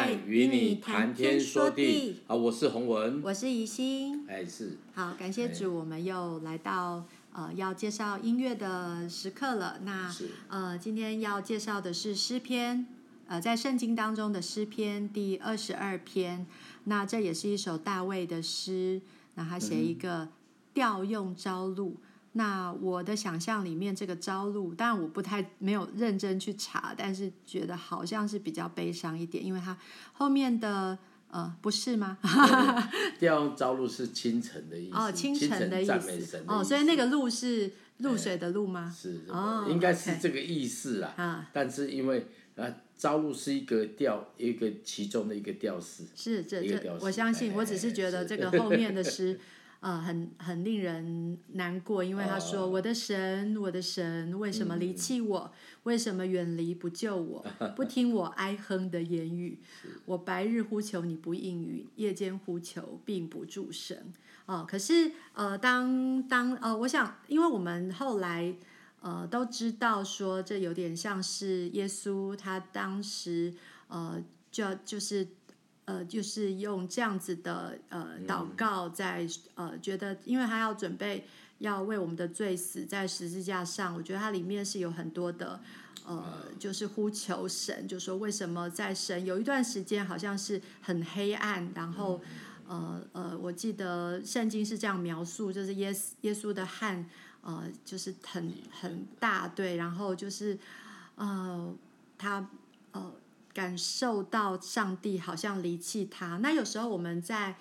爱与你谈天说地。好，我是洪文， 我是怡心。 是。 好，感谢主，我们又来到要介绍音乐的时刻了。那今天要介绍的是诗篇，在圣经当中的诗篇第22篇。那这也是一首大卫的诗，那他写一个调用朝露。那我的想象里面，这个朝露，当然我没有认真去查，但是觉得好像是比较悲伤一点，因为它后面的不是吗？ 调用朝露是清晨的意思， 清晨的意思。所以那个露是露水的露吗？ 是，应该是这个意思啦。但是因为朝露是一个其中的一个调式， 是这我相信，我只是觉得这个后面的诗。很令人难过，因为他说：“我的神，我的神，为什么离弃我？为什么远离不救我？不听我哀哼的言语？我白日呼求你不应允，夜间呼求并不住声。”可是我想，因为我们后来都知道说，这有点像是耶稣他当时就是用这样子的祷告在觉得，因为他要准备要为我们的罪死在十字架上，我觉得它里面是有很多的就是呼求神，就说为什么在神有一段时间好像是很黑暗，然后我记得圣经是这样描述，就是耶稣的汗就是很大，对，然后就是他感受到上帝好像离弃他。那有时候我们在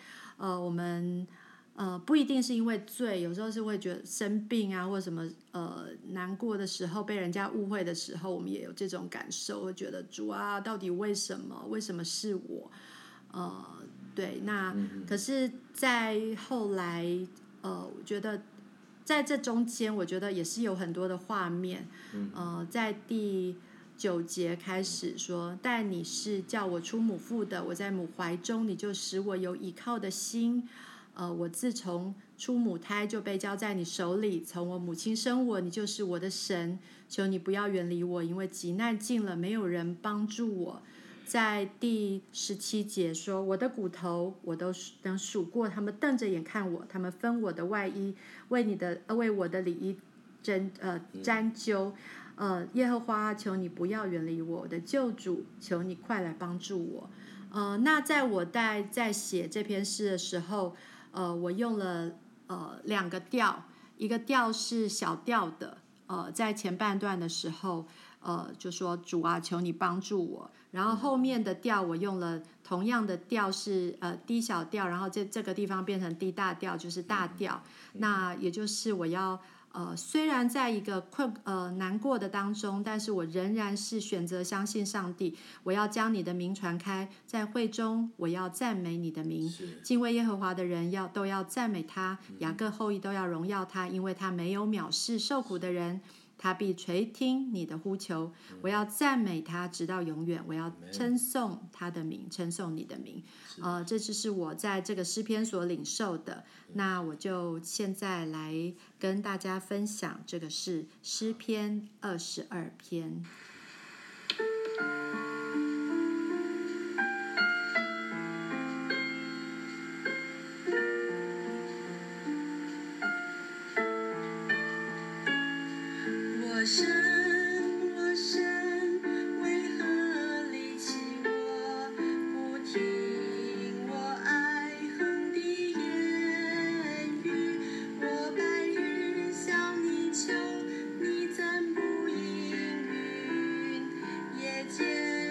不一定是因为罪，有时候是会觉得生病啊，或者什么难过的时候，被人家误会的时候，我们也有这种感受，会觉得主啊，到底为什么是我？对，那可是，在后来我觉得在这中间，我觉得也是有很多的画面。在第9节开始说：“但你是叫我出母腹的，我在母怀中，你就使我有倚靠的心。我自从出母胎就被交在你手里，从我母亲生我，你就是我的神。求你不要远离我，因为急难近了，没有人帮助我。”在第17节说：“我的骨头我都能数过，他们瞪着眼看我，他们分我的外衣，为我的里衣沾揪。耶和华，求你不要远离我，我的救主，求你快来帮助我。”那在我在写这篇诗的时候，我用了2个调，一个调是小调的，在前半段的时候，就说主啊，求你帮助我。然后后面的调我用了同样的调是低小调，然后这个地方变成低大调，就是大调。那也就是我要虽然在一个难过的当中，但是我仍然是选择相信上帝。我要将你的名传开，在会中我要赞美你的名。敬畏耶和华的人都要赞美他，雅各后裔都要荣耀他，因为他没有藐视受苦的人。他必垂听你的呼求，我要赞美他直到永远，我要称颂他的名，称颂你的名。这就是我在这个诗篇所领受的。那我就现在来跟大家分享，这个是诗篇22篇。 我神，为何离弃我，不听我哀哼的言语？我白日向你求，你怎不应允？夜间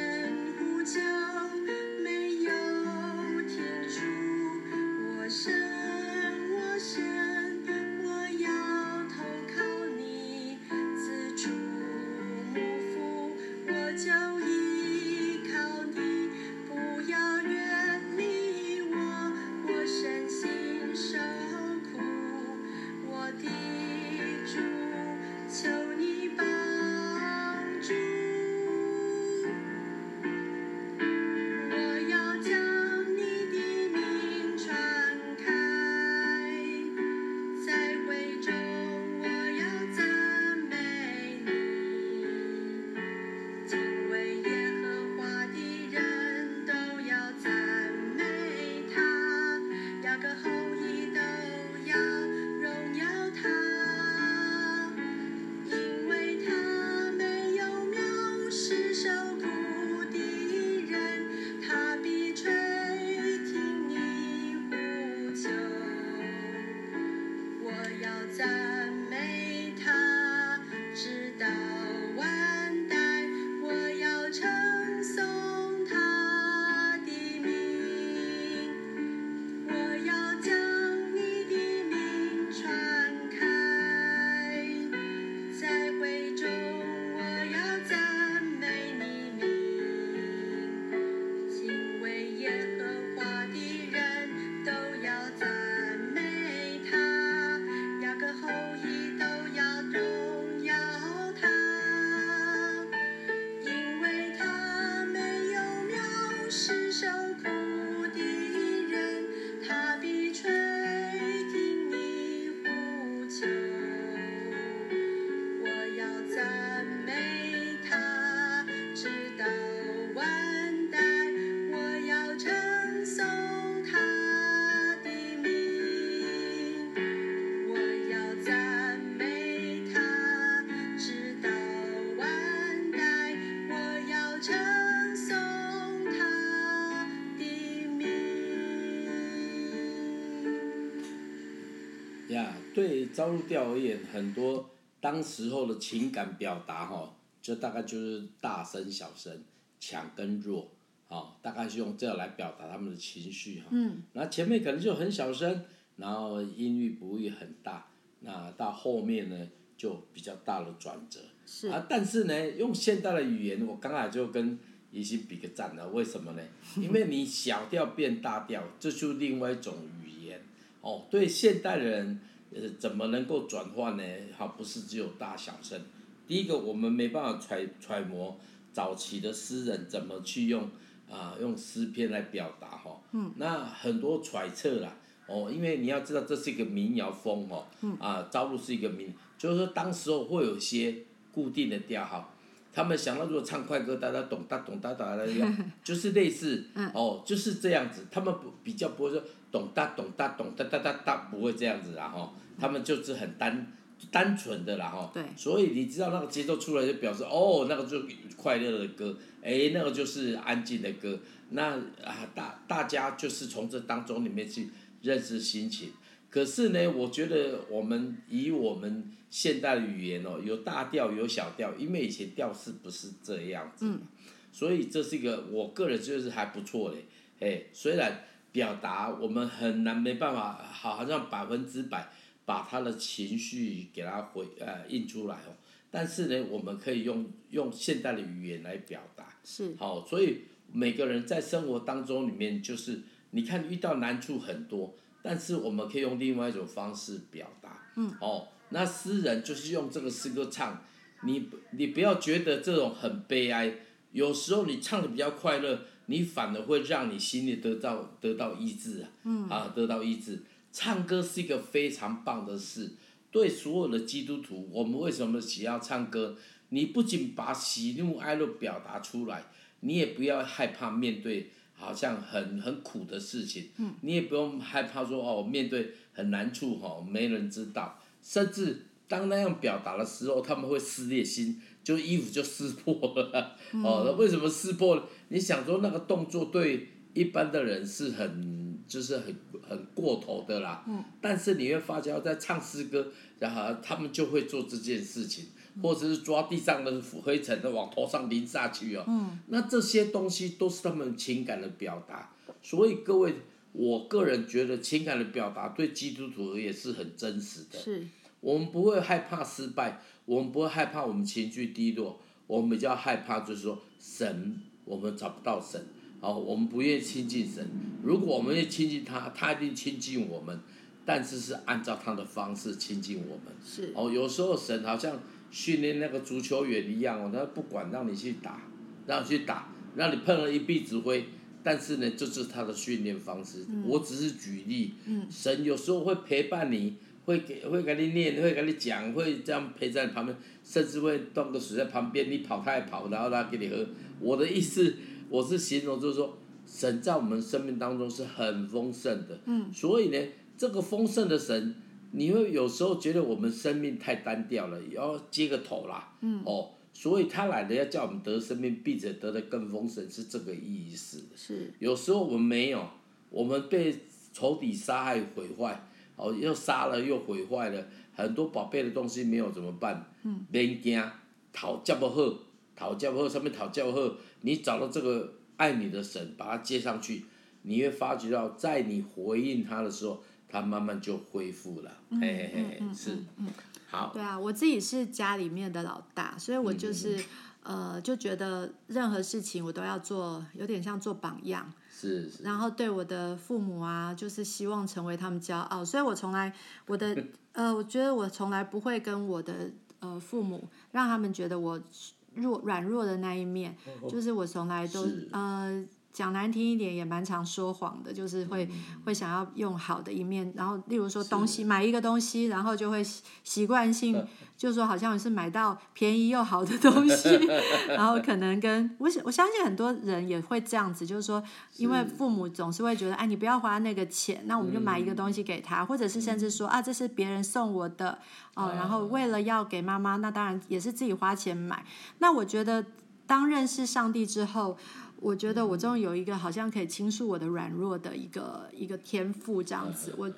呀，对招入调而言，很多当时候的情感表达就大概就是大声、小声、强跟弱，大概是用这样来表达他们的情绪那前面可能就很小声，然后音域不会很大，那到后面呢就比较大的转折。但是呢，用现代的语言，我刚才就跟怡欣比个赞了，为什么呢？因为你小调变大调，这就是另外一种语言。对现代人，怎么能够转换呢？不是只有大小声。第一个，我们没办法揣摩早期的诗人怎么去用诗篇来表达那很多揣测啦。因为你要知道这是一个民谣风朝露是一个就是说当时候会有些固定的调号。他们想到如果唱快歌，大家咚哒咚哒哒哒，就是类似就是这样子。他们比较不会说咚哒咚哒咚哒哒哒哒，不会这样子啦他们就是很单纯的啦对。 所以你知道那个节奏出来就表示那个就是快乐的歌，那个就是安静的歌。那大家就是从这当中里面去认识心情。可是呢，我觉得我们现代的语言有大调有小调，因为以前调式不是这样子所以这是一个我个人就是还不错嘞。虽然表达我们很难没办法好像100%把他的情绪给他印出来但是呢，我们可以用现代的语言来表达。所以每个人在生活当中里面，就是你看遇到难处很多，但是我们可以用另外一种方式表达。那诗人就是用这个诗歌唱，你不要觉得这种很悲哀，有时候你唱的比较快乐，你反而会让你心里得到医治得到医治。唱歌是一个非常棒的事，对所有的基督徒，我们为什么喜要唱歌？你不仅把喜怒哀乐表达出来，你也不要害怕面对好像很苦的事情，你也不用害怕说面对很难处没人知道。甚至当那样表达的时候，他们会撕裂心，就衣服就撕破了那为什么撕破了？你想说那个动作对一般的人是就是很过头的啦但是你会发觉在唱诗歌，然后他们就会做这件事情或者是抓地上的灰尘往头上淋下去那这些东西都是他们情感的表达。所以各位，我个人觉得情感的表达对基督徒而言是很真实的。我们不会害怕失败，我们不会害怕我们情绪低落，我们比较害怕就是说神，我们找不到神我们不愿意亲近神。如果我们愿意亲近他，他一定亲近我们，但是是按照他的方式亲近我们。有时候神好像训练那个足球员一样他不管让你去打，让你碰了一臂指挥，但是呢，这是他的训练方式。我只是举例。神有时候会陪伴你，会给你念，会给你讲，会这样陪在你旁边，甚至会端个水在旁边，你跑他也跑，然后他给你喝。我的意思，我是形容就是说，神在我们生命当中是很丰盛的。所以呢，这个丰盛的神，你会有时候觉得我们生命太单调了，要接个头啦。所以他来的要叫我们得生命，并且得的更丰盛，是这个意思。有时候我们没有，我们被仇敌杀害毁坏，又杀了又毁坏了，很多宝贝的东西没有怎么办？免惊，讨教不好，上面讨教不好，你找到这个爱你的神，把它接上去，你会发觉到，在你回应他的时候，他慢慢就恢复了。是。好。 对啊，我自己是家里面的老大，所以我就是就觉得任何事情我都要做，有点像做榜样。然后对我的父母啊，就是希望成为他们骄傲，所以我从来我觉得我从来不会跟我的父母让他们觉得我软弱的那一面，就是我从来都讲难听一点也蛮常说谎的，就是会想要用好的一面，然后例如说买一个东西，然后就会习惯性就是说好像是买到便宜又好的东西然后可能我相信很多人也会这样子，就是说因为父母总是会觉得你不要花那个钱，那我们就买一个东西给他，或者是甚至说这是别人送我的然后为了要给妈妈，那当然也是自己花钱买。那我觉得当认识上帝之后，我觉得我终于有一个好像可以倾诉我的软弱的一个天赋这样子。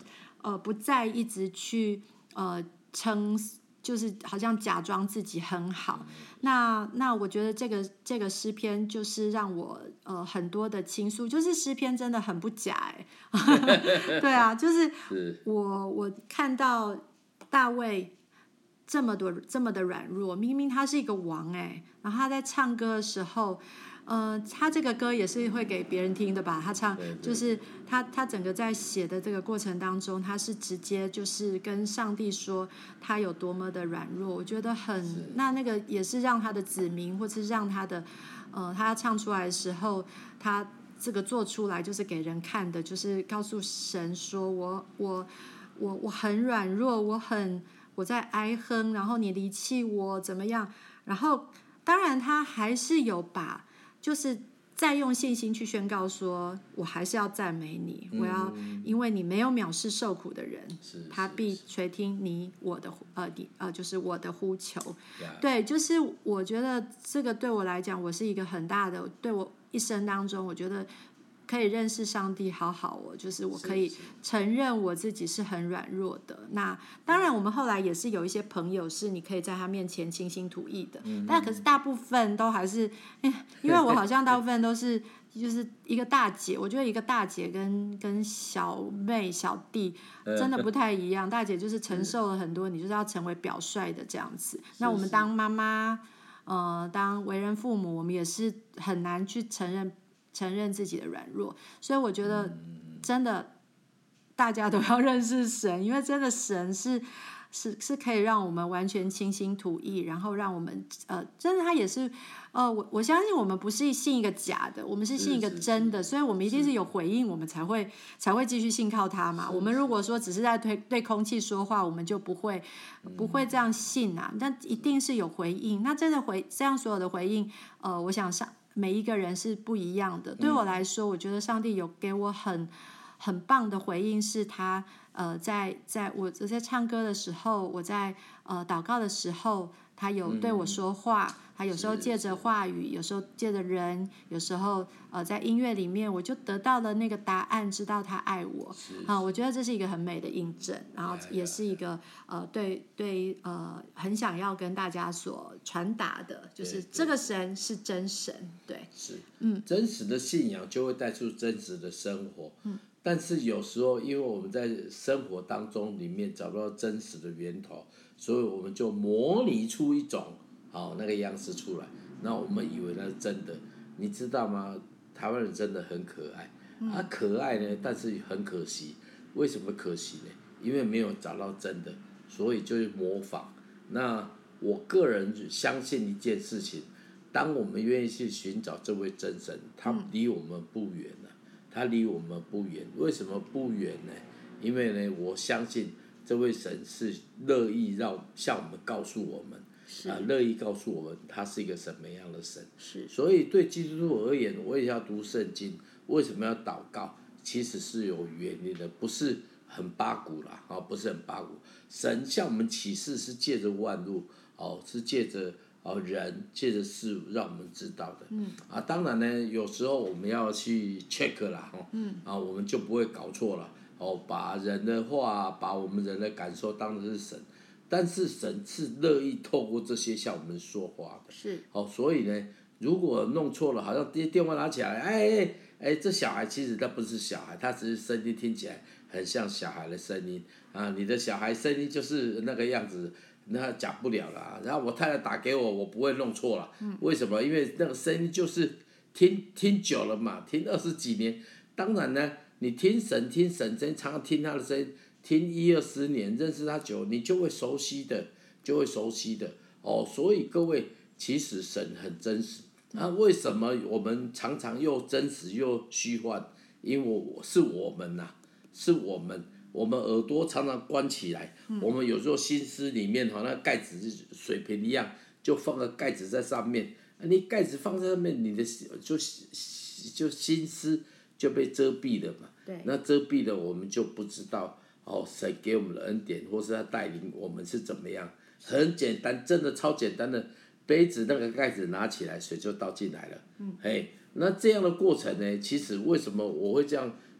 不再一直去称。就是好像假装自己很好，那我觉得这个诗篇就是让我很多的倾诉，就是诗篇真的很不假对啊，就是我看到大卫这么的软弱，明明他是一个王然后他在唱歌的时候。他这个歌也是会给别人听的吧？他唱就是他整个在写的这个过程当中，他是直接就是跟上帝说他有多么的软弱。我觉得那个也是让他的子民，或是让他的他唱出来的时候，他这个做出来就是给人看的，就是告诉神说我很软弱，我在哀哼，然后你离弃我怎么样？然后当然他还是有就是再用信心去宣告说，我还是要赞美你，我要因为你没有藐视受苦的人，他必垂听我的就是我的呼求。对，就是我觉得这个对我来讲，我是一个很大的，对我一生当中，我觉得可以认识上帝好就是我可以承认我自己是很软弱的。那当然我们后来也是有一些朋友是你可以在他面前倾心吐意的，但可是大部分都还是因为我好像大部分都是就是一个大姐，我觉得一个大姐跟小妹小弟真的不太一样。大姐就是承受了很多，你就是要成为表率的这样子。那我们当妈妈当为人父母，我们也是很难去承认自己的软弱，所以我觉得真的大家都要认识神，因为真的神是可以让我们完全倾心吐意，然后让我们真的他也是我相信我们不是信一个假的，我们是信一个真的，所以我们一定是有回应，我们才会继续信靠他嘛。我们如果说只是在对空气说话，我们就不会这样信啊。但一定是有回应，那真的这样所有的回应我想每一个人是不一样的。对我来说，我觉得上帝有给我很棒的回应，是他在我在唱歌的时候，我在祷告的时候，他有对我说话。他有时候借着话语，有时候借着人，有时候在音乐里面，我就得到了那个答案，知道他爱我。我觉得这是一个很美的印证，然后也是一个对很想要跟大家所传达的，就是这个神是真神。对， 是真实的信仰就会带出真实的生活。但是有时候因为我们在生活当中里面找不到真实的源头，所以我们就模拟出一种那个样式出来，那我们以为那是真的。你知道吗？台湾人真的很可爱，可爱呢，但是很可惜。为什么可惜呢？因为没有找到真的，所以就是模仿。那我个人相信一件事情，当我们愿意去寻找这位真神，他离我们不远了。他离我们不远，为什么不远呢？因为呢，我相信这位神是乐意向我们告诉我们。乐意告诉我们他是一个什么样的神。所以对基督徒而言，我也要读圣经。为什么要祷告？其实是有原因的，不是很八股啦，不是很八股。神向我们启示是借着万物，是借着人，借着事物让我们知道的。当然呢，有时候我们要去 check 啦，我们就不会搞错了。把人的话，把我们人的感受当成是神。但是神是乐意透过这些向我们说话的。所以呢，如果弄错了，好像电话拿起来，这小孩其实他不是小孩，他只是声音听起来很像小孩的声音你的小孩声音就是那个样子，那讲不了了然后我太太打给我，我不会弄错了。为什么？因为那个声音就是听久了嘛，听20几年。当然呢，你听神常常听他的声音。听10-20年，认识他久，你就会熟悉的。所以各位，其实神很真实。为什么我们常常又真实又虚幻？因为是我们是我们耳朵常常关起来。我们有时候心思里面那盖子水瓶一样，就放个盖子在上面。你盖子放在上面，你的就心思就被遮蔽了嘛。那遮蔽了，我们就不知道。神给我们的恩典，或是他带领我们是怎么样？很简单，真的超简单的，杯子那个盖子拿起来，水就倒进来了。那这样的过程呢？其实为什么我会这样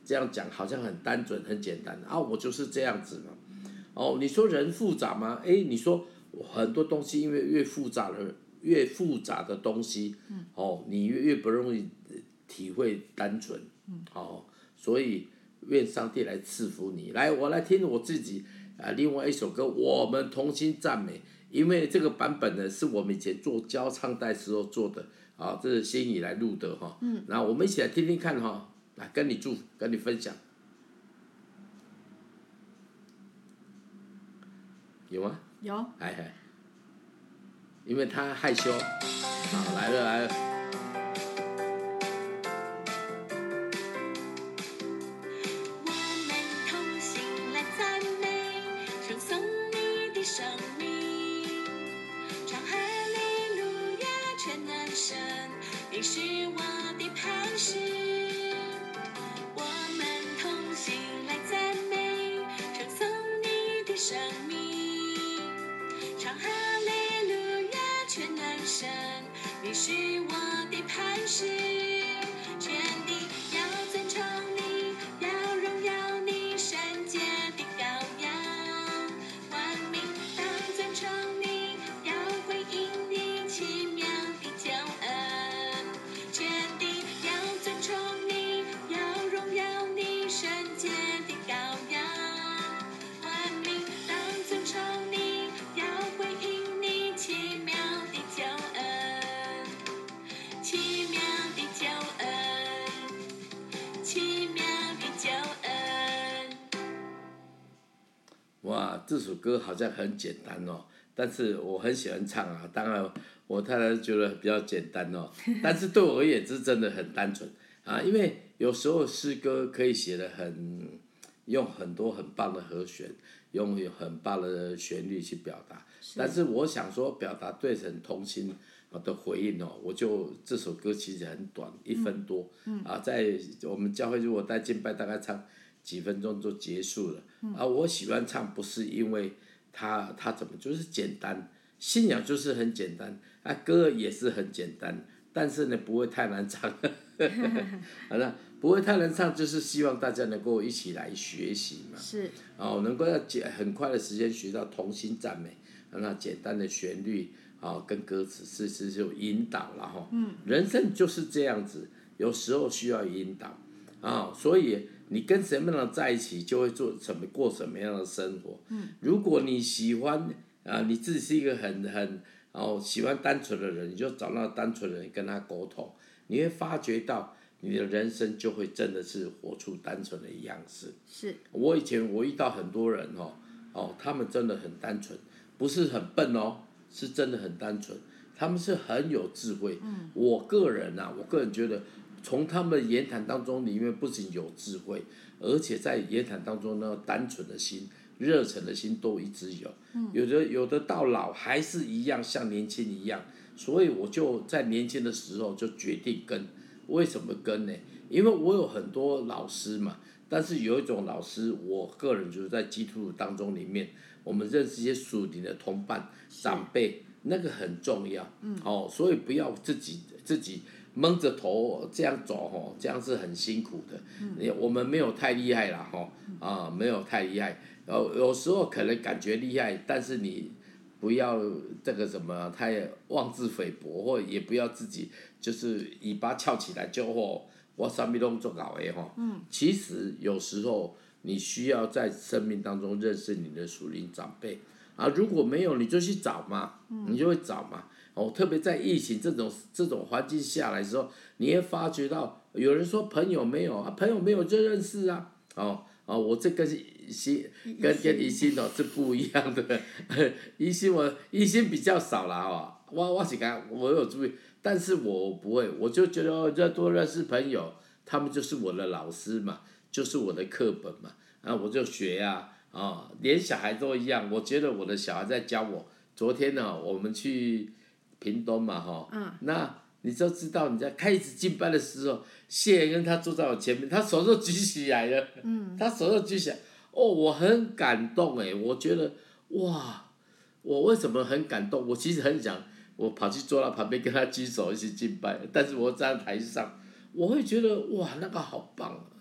这样讲好像很单纯很简单啊，我就是这样子嘛。哦，你说人复杂吗？你说很多东西因为越复杂的东西，你越不容易体会单纯，所以愿上帝来赐福你。来，我来听我自己另外一首歌《我们同心赞美》，因为这个版本呢是我们以前做交唱带时候做的，这是心怡来录的哈。那我们一起来听听看哈，来跟你祝福，跟你分享，有吗？ 有。 因为他害羞，好，来了。 我们同心来赞美，称颂你的生命，唱哈利路亚，全能神，你是我的磐石。我们同心来赞美，称颂你的生命，唱哈利路亚，全能神，你是我的磐石。全地要尊崇你，要荣耀你，圣洁的羔羊。万民当尊崇你，要回应你奇妙的救恩。全地要尊崇你，要荣耀你，圣洁的羔羊。万民当尊崇你，要回应你奇妙的救恩。奇妙的救恩，奇妙的救恩。 哇，这首歌好像很简单哦，但是我很喜欢唱啊。当然，我太太觉得比较简单哦，但是对我而言是真的很单纯啊。因为有时候诗歌可以写得用很多很棒的和弦，用很棒的旋律去表达。但是我想说，表达对神同心的回应哦，这首歌其实很短，1分多，在我们教会如果带敬拜，大概唱几分钟就结束了。我喜欢唱不是因为它怎么就是简单，信仰就是很简单，歌也是很简单，但是呢不会太难唱，好了，不会太难唱，就是希望大家能够一起来学习嘛。 是。 能够很快的时间学到同心赞美，那简单的旋律跟歌词是有引导了哈。人生就是这样子，有时候需要引导所以你跟什么样的在一起，就会过什么样的生活。如果你喜欢你自己是一个很喜欢单纯的人，你就找那个单纯的人跟他沟通，你会发觉到你的人生就会真的是活出单纯的样式。 是。 我以前遇到很多人他们真的很单纯，不是很笨是真的很单纯，他们是很有智慧。我个人觉得，从他们的言谈当中里面，不仅有智慧，而且在言谈当中呢，单纯的心、热忱的心都一直有。有的到老还是一样像年轻一样，所以我就在年轻的时候就决定跟。为什么跟呢？因为我有很多老师嘛，但是有一种老师，我个人就是在基督徒当中里面，我们认识一些属灵的同伴、长辈，那个很重要。所以不要自己蒙着头这样走这样是很辛苦的。我们没有太厉害啦没有太厉害。有时候可能感觉厉害，但是你不要这个什么太妄自菲薄，或也不要自己就是尾巴翘起来就我什么都做搞的其实有时候你需要在生命当中认识你的属灵长辈如果没有你就去找嘛，你就会找嘛。特别在疫情这种环境下来的时候，你会发觉到有人说朋友没有朋友没有就认识我这个是跟宜兴是不一样的。宜兴比较少啦我是我有注意，但是我不会，我就觉得要多认识朋友，他们就是我的老师嘛，就是我的课本嘛，我就学连小孩都一样。我觉得我的小孩在教我。昨天呢，我们去屏东嘛那你就知道你在开始敬拜的时候，谢恩他坐在我前面，他手就举起来了，他手就举起来，我很感动我觉得哇，我为什么很感动？我其实很想，我跑去坐到旁边跟他举手一起敬拜，但是我站在台上，我会觉得哇，那个好棒，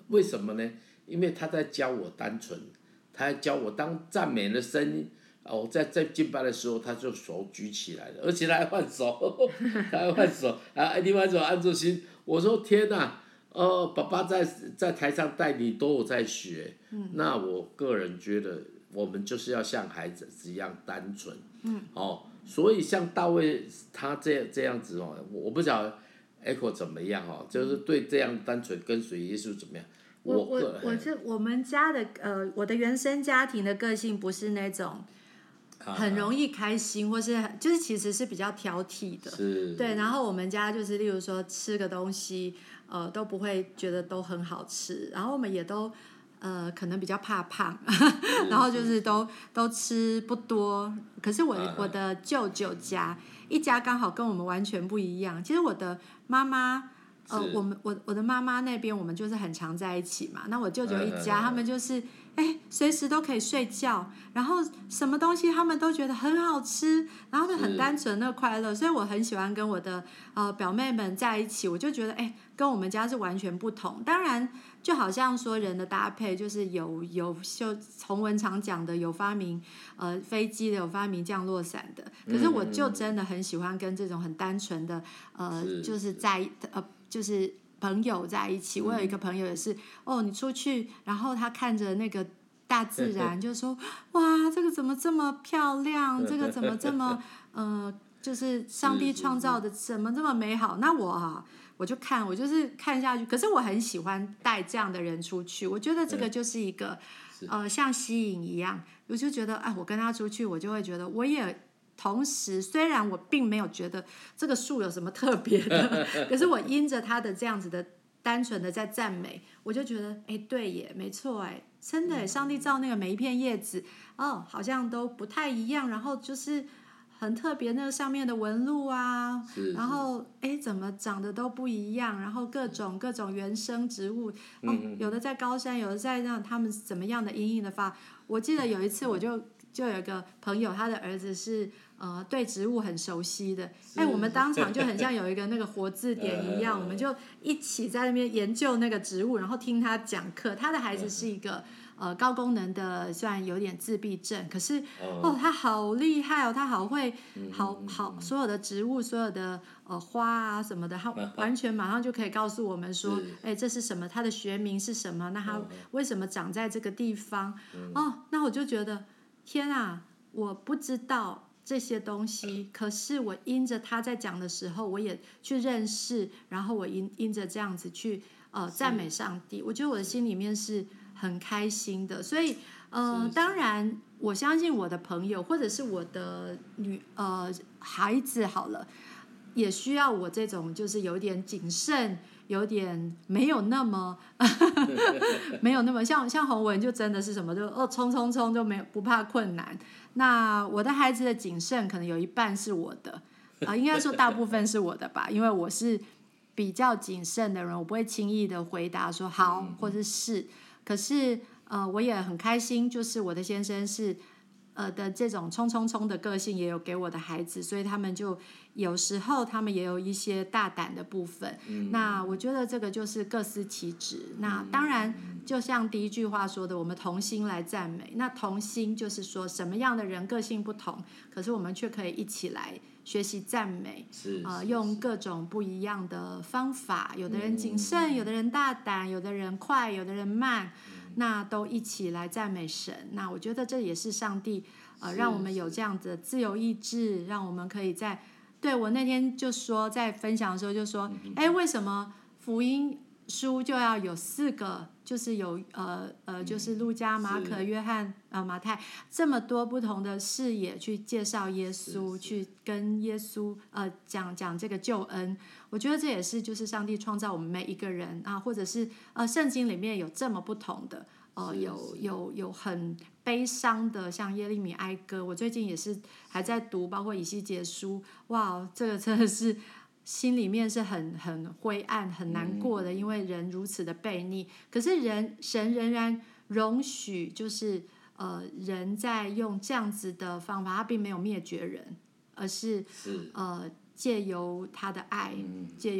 为什么呢？因为他在教我单纯，他在教我当赞美的声音。我在敬拜的时候，他就手举起来了，而且他还换手，他还换手，另外一种按住心。我说天哪，爸爸在台上带你都有在学，那我个人觉得我们就是要像孩子一样单纯，所以像大卫他这样子我不晓得 Echo 怎么样就是对这样单纯跟随耶稣怎么样？ 我们家的我的原生家庭的个性不是那种很容易开心，或是就是其实是比较挑剔的，对。然后我们家就是例如说吃个东西，都不会觉得都很好吃，然后我们也都可能比较怕胖，然后就是都吃不多。可是我的舅舅家一家刚好跟我们完全不一样。其实我的妈妈。我的妈妈那边我们就是很常在一起嘛，那我舅舅一家他们就是随时都可以睡觉，然后什么东西他们都觉得很好吃，然后很单纯的快乐，所以我很喜欢跟我的表妹们在一起，我就觉得跟我们家是完全不同。当然就好像说人的搭配就是有就洪文常讲的有发明飞机的，有发明降落伞的，可是我就真的很喜欢跟这种很单纯的就是在就是朋友在一起。我有一个朋友也是你出去，然后他看着那个大自然就说哇这个怎么这么漂亮，这个怎么这么就是上帝创造的怎么这么美好。那我就是看下去，可是我很喜欢带这样的人出去，我觉得这个就是一个像吸引一样，我就觉得我跟他出去，我就会觉得我也同时虽然我并没有觉得这个树有什么特别的可是我因着他的这样子的单纯的在赞美，我就觉得对耶，没错真的上帝造那个每一片叶子好像都不太一样，然后就是很特别，那个上面的纹路啊，然后怎么长得都不一样，然后各种原生植物有的在高山，有的在让他们怎么样的阴影的发。我记得有一次我就有一个朋友，他的儿子是对植物很熟悉的，我们当场就很像有一个那个活字典一样我们就一起在那边研究那个植物，然后听他讲课。他的孩子是一个高功能的，虽然有点自闭症，可是他好厉害他好会好所有的植物，所有的花啊什么的，他完全马上就可以告诉我们说这是什么，它的学名是什么，那它为什么长在这个地方那我就觉得天啊，我不知道这些东西，可是我因着他在讲的时候我也去认识，然后我因着这样子去赞美上帝，我觉得我的心里面是很开心的。所以当然我相信我的朋友或者是我的孩子好了，也需要我这种就是有点谨慎，有点没有那么没有那么像洪文就真的是什么就冲就没有不怕困难。那我的孩子的谨慎可能有一半是我的应该说大部分是我的吧，因为我是比较谨慎的人，我不会轻易的回答说好或者是。可是我也很开心，就是我的先生是的这种冲的个性也有给我的孩子，所以他们就有时候他们也有一些大胆的部分那我觉得这个就是各司其职那当然就像第一句话说的，我们同心来赞美。那同心就是说什么样的人个性不同，可是我们却可以一起来学习赞美用各种不一样的方法，有的人谨慎，有的人大胆，有的人快，有的人慢那都一起来赞美神。那我觉得这也是上帝让我们有这样的自由意志，让我们可以对我那天就说在分享的时候就说为什么福音书就要有4个，就是有就是路加、马可、约翰、马太这么多不同的视野去介绍耶稣，去跟耶稣讲这个救恩。我觉得这也是就是上帝创造我们每一个人或者是圣经里面有这么不同的有很悲伤的，像耶利米哀歌，我最近也是还在读，包括以西结书，哇，这个真的是心里面是很灰暗很难过的，因为人如此的悖逆，可是神仍然容许就是人在用这样子的方法，他并没有灭绝人，而是借由他的爱，借由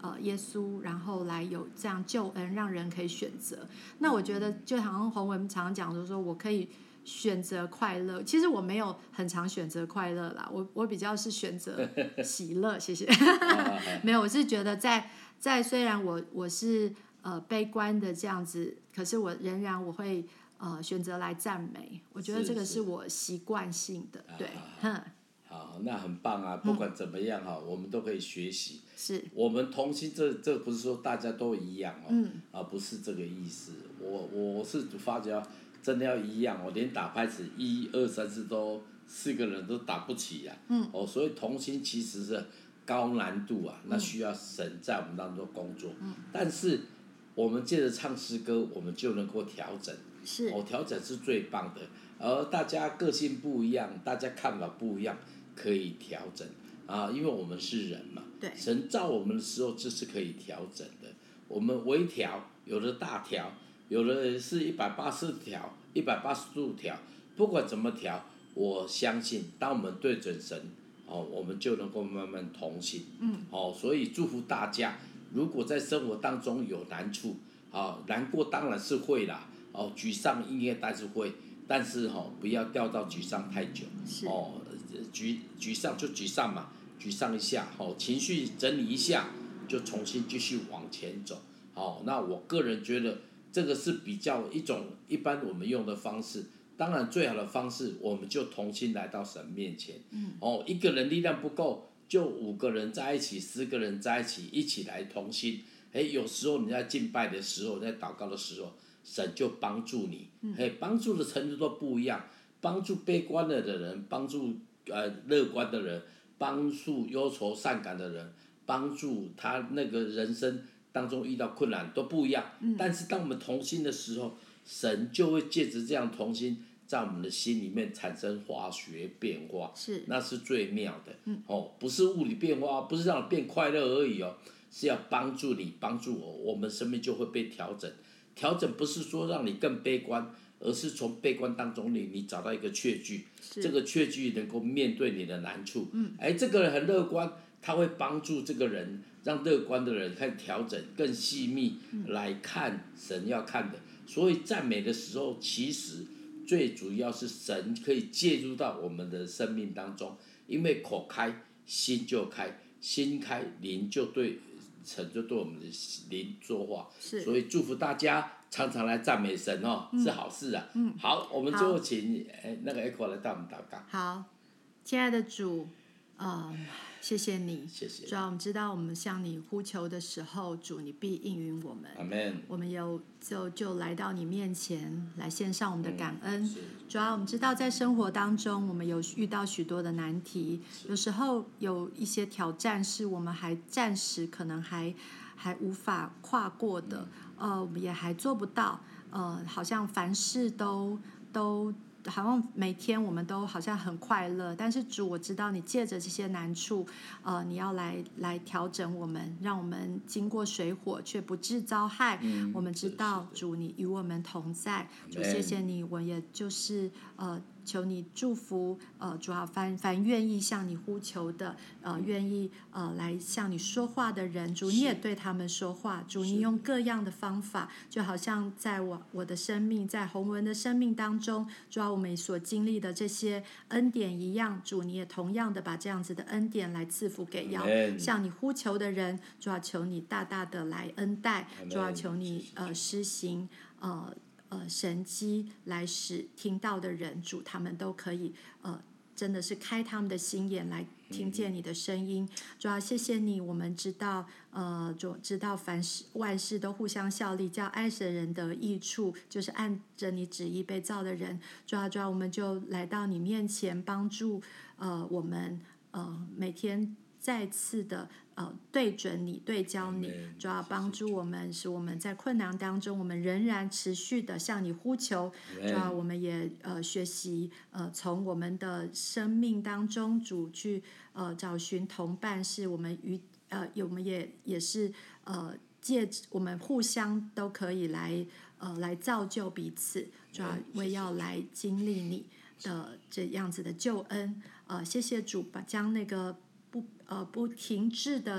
耶稣，然后来有这样救恩，让人可以选择。那我觉得就好像洪文常常讲的说，我可以选择快乐。其实我没有很常选择快乐啦，我比较是选择喜乐。谢谢。没有，我是觉得在虽然我是悲观的这样子，可是我仍然我会选择来赞美。我觉得这个是我习惯性的，对， 好，那很棒啊！不管怎么样哈，我们都可以学习。 是。 我们同心，这不是说大家都一样哦，不是这个意思。我是发觉真的要一样哦，连打拍子1、2、3、4都4个人都打不起啊。所以同心其实是高难度啊，那需要神在我们当中工作。但是我们借着唱诗歌，我们就能够调整。调整是最棒的。而大家个性不一样，大家看法不一样，可以调整啊，因为我们是人嘛。神造我们的时候，这是可以调整的。我们微调，有的大调，有的是180条、180度调，不管怎么调，我相信，当我们对准神，我们就能够慢慢同行。所以祝福大家，如果在生活当中有难处，难过当然是会啦，沮丧应该但是会。但是不要掉到沮丧太久。沮丧就沮丧嘛，沮丧一下，情绪整理一下，就重新继续往前走。那我个人觉得这个是比较一般我们用的方式。当然最好的方式，我们就同心来到神面前。一个人力量不够，就5个人在一起，10个人在一起，一起来同心。有时候你在敬拜的时候，在祷告的时候，神就帮助你。帮助的程度都不一样，帮助悲观的人，帮助乐观的人，帮助忧愁善感的人，帮助他那个人生当中遇到困难都不一样。但是当我们同心的时候，神就会借着这样同心，在我们的心里面产生化学变化。那是最妙的。不是物理变化，不是让你变快乐而已哦，是要帮助你，帮助我们生命就会被调整。调整不是说让你更悲观，而是从悲观当中你找到一个确据，这个确据能够面对你的难处。这个人很乐观，他会帮助这个人，让乐观的人开始调整，更细密来看神要看的。所以赞美的时候，其实最主要是神可以介入到我们的生命当中，因为口开，心就开，心开，灵就对。神就对我们的灵说话。所以祝福大家常常来赞美神是好事啊。好，我们最后请那个 Echo 来带我们祷告。 好，亲爱的主，谢谢你。 谢谢。 主要我们知道，我们向你呼求的时候，主你必应允我们。 Amen。 我们就来到你面前，来献上我们的感恩。主要我们知道，在生活当中，我们有遇到许多的难题，有时候有一些挑战是我们还暂时可能还无法跨过的，我们也还做不到。好像凡事都好像每天我们都好像很快乐，但是主，我知道你借着这些难处，你要来调整我们，让我们经过水火却不致遭害。我们知道主，你与我们同在。主，谢谢你，我也就是求你祝福主啊，凡愿意向你呼求的，愿意来向你说话的人，主你也对他们说话。主，你用各样的方法，就好像在我的生命，在洪文的生命当中，主啊，我们所经历的这些恩典一样，主你也同样的把这样子的恩典来赐福给要向你呼求的人。主啊，求你大大的来恩待。主啊，求你施行神迹来使听到的人，主他们都可以真的是开他们的心眼来听见你的声音。主啊，谢谢你，我们知道主知道万事都互相效力，叫爱神人得益处，就是按着你旨意被造的人。主啊，我们就来到你面前，帮助我们每天再次的对准你，对焦你。主要帮助我们，使我们在困难当中，我们仍然持续的向你呼求。主要我们也学习从我们的生命当中，主去找寻同伴，是我们我们也是借我们互相都可以来造就彼此。主要为要来经历你的这样子的救恩。谢谢主，将那个不停滞的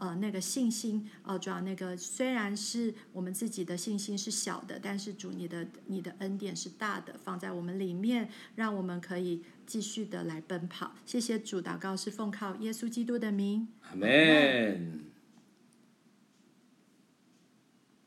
那个信心，主要那个虽然是我们自己的信心是小的，但是主你的恩典是大的，放在我们里面，让我们可以继续的来奔跑。谢谢主，祷告是奉靠耶稣基督的名， 阿门。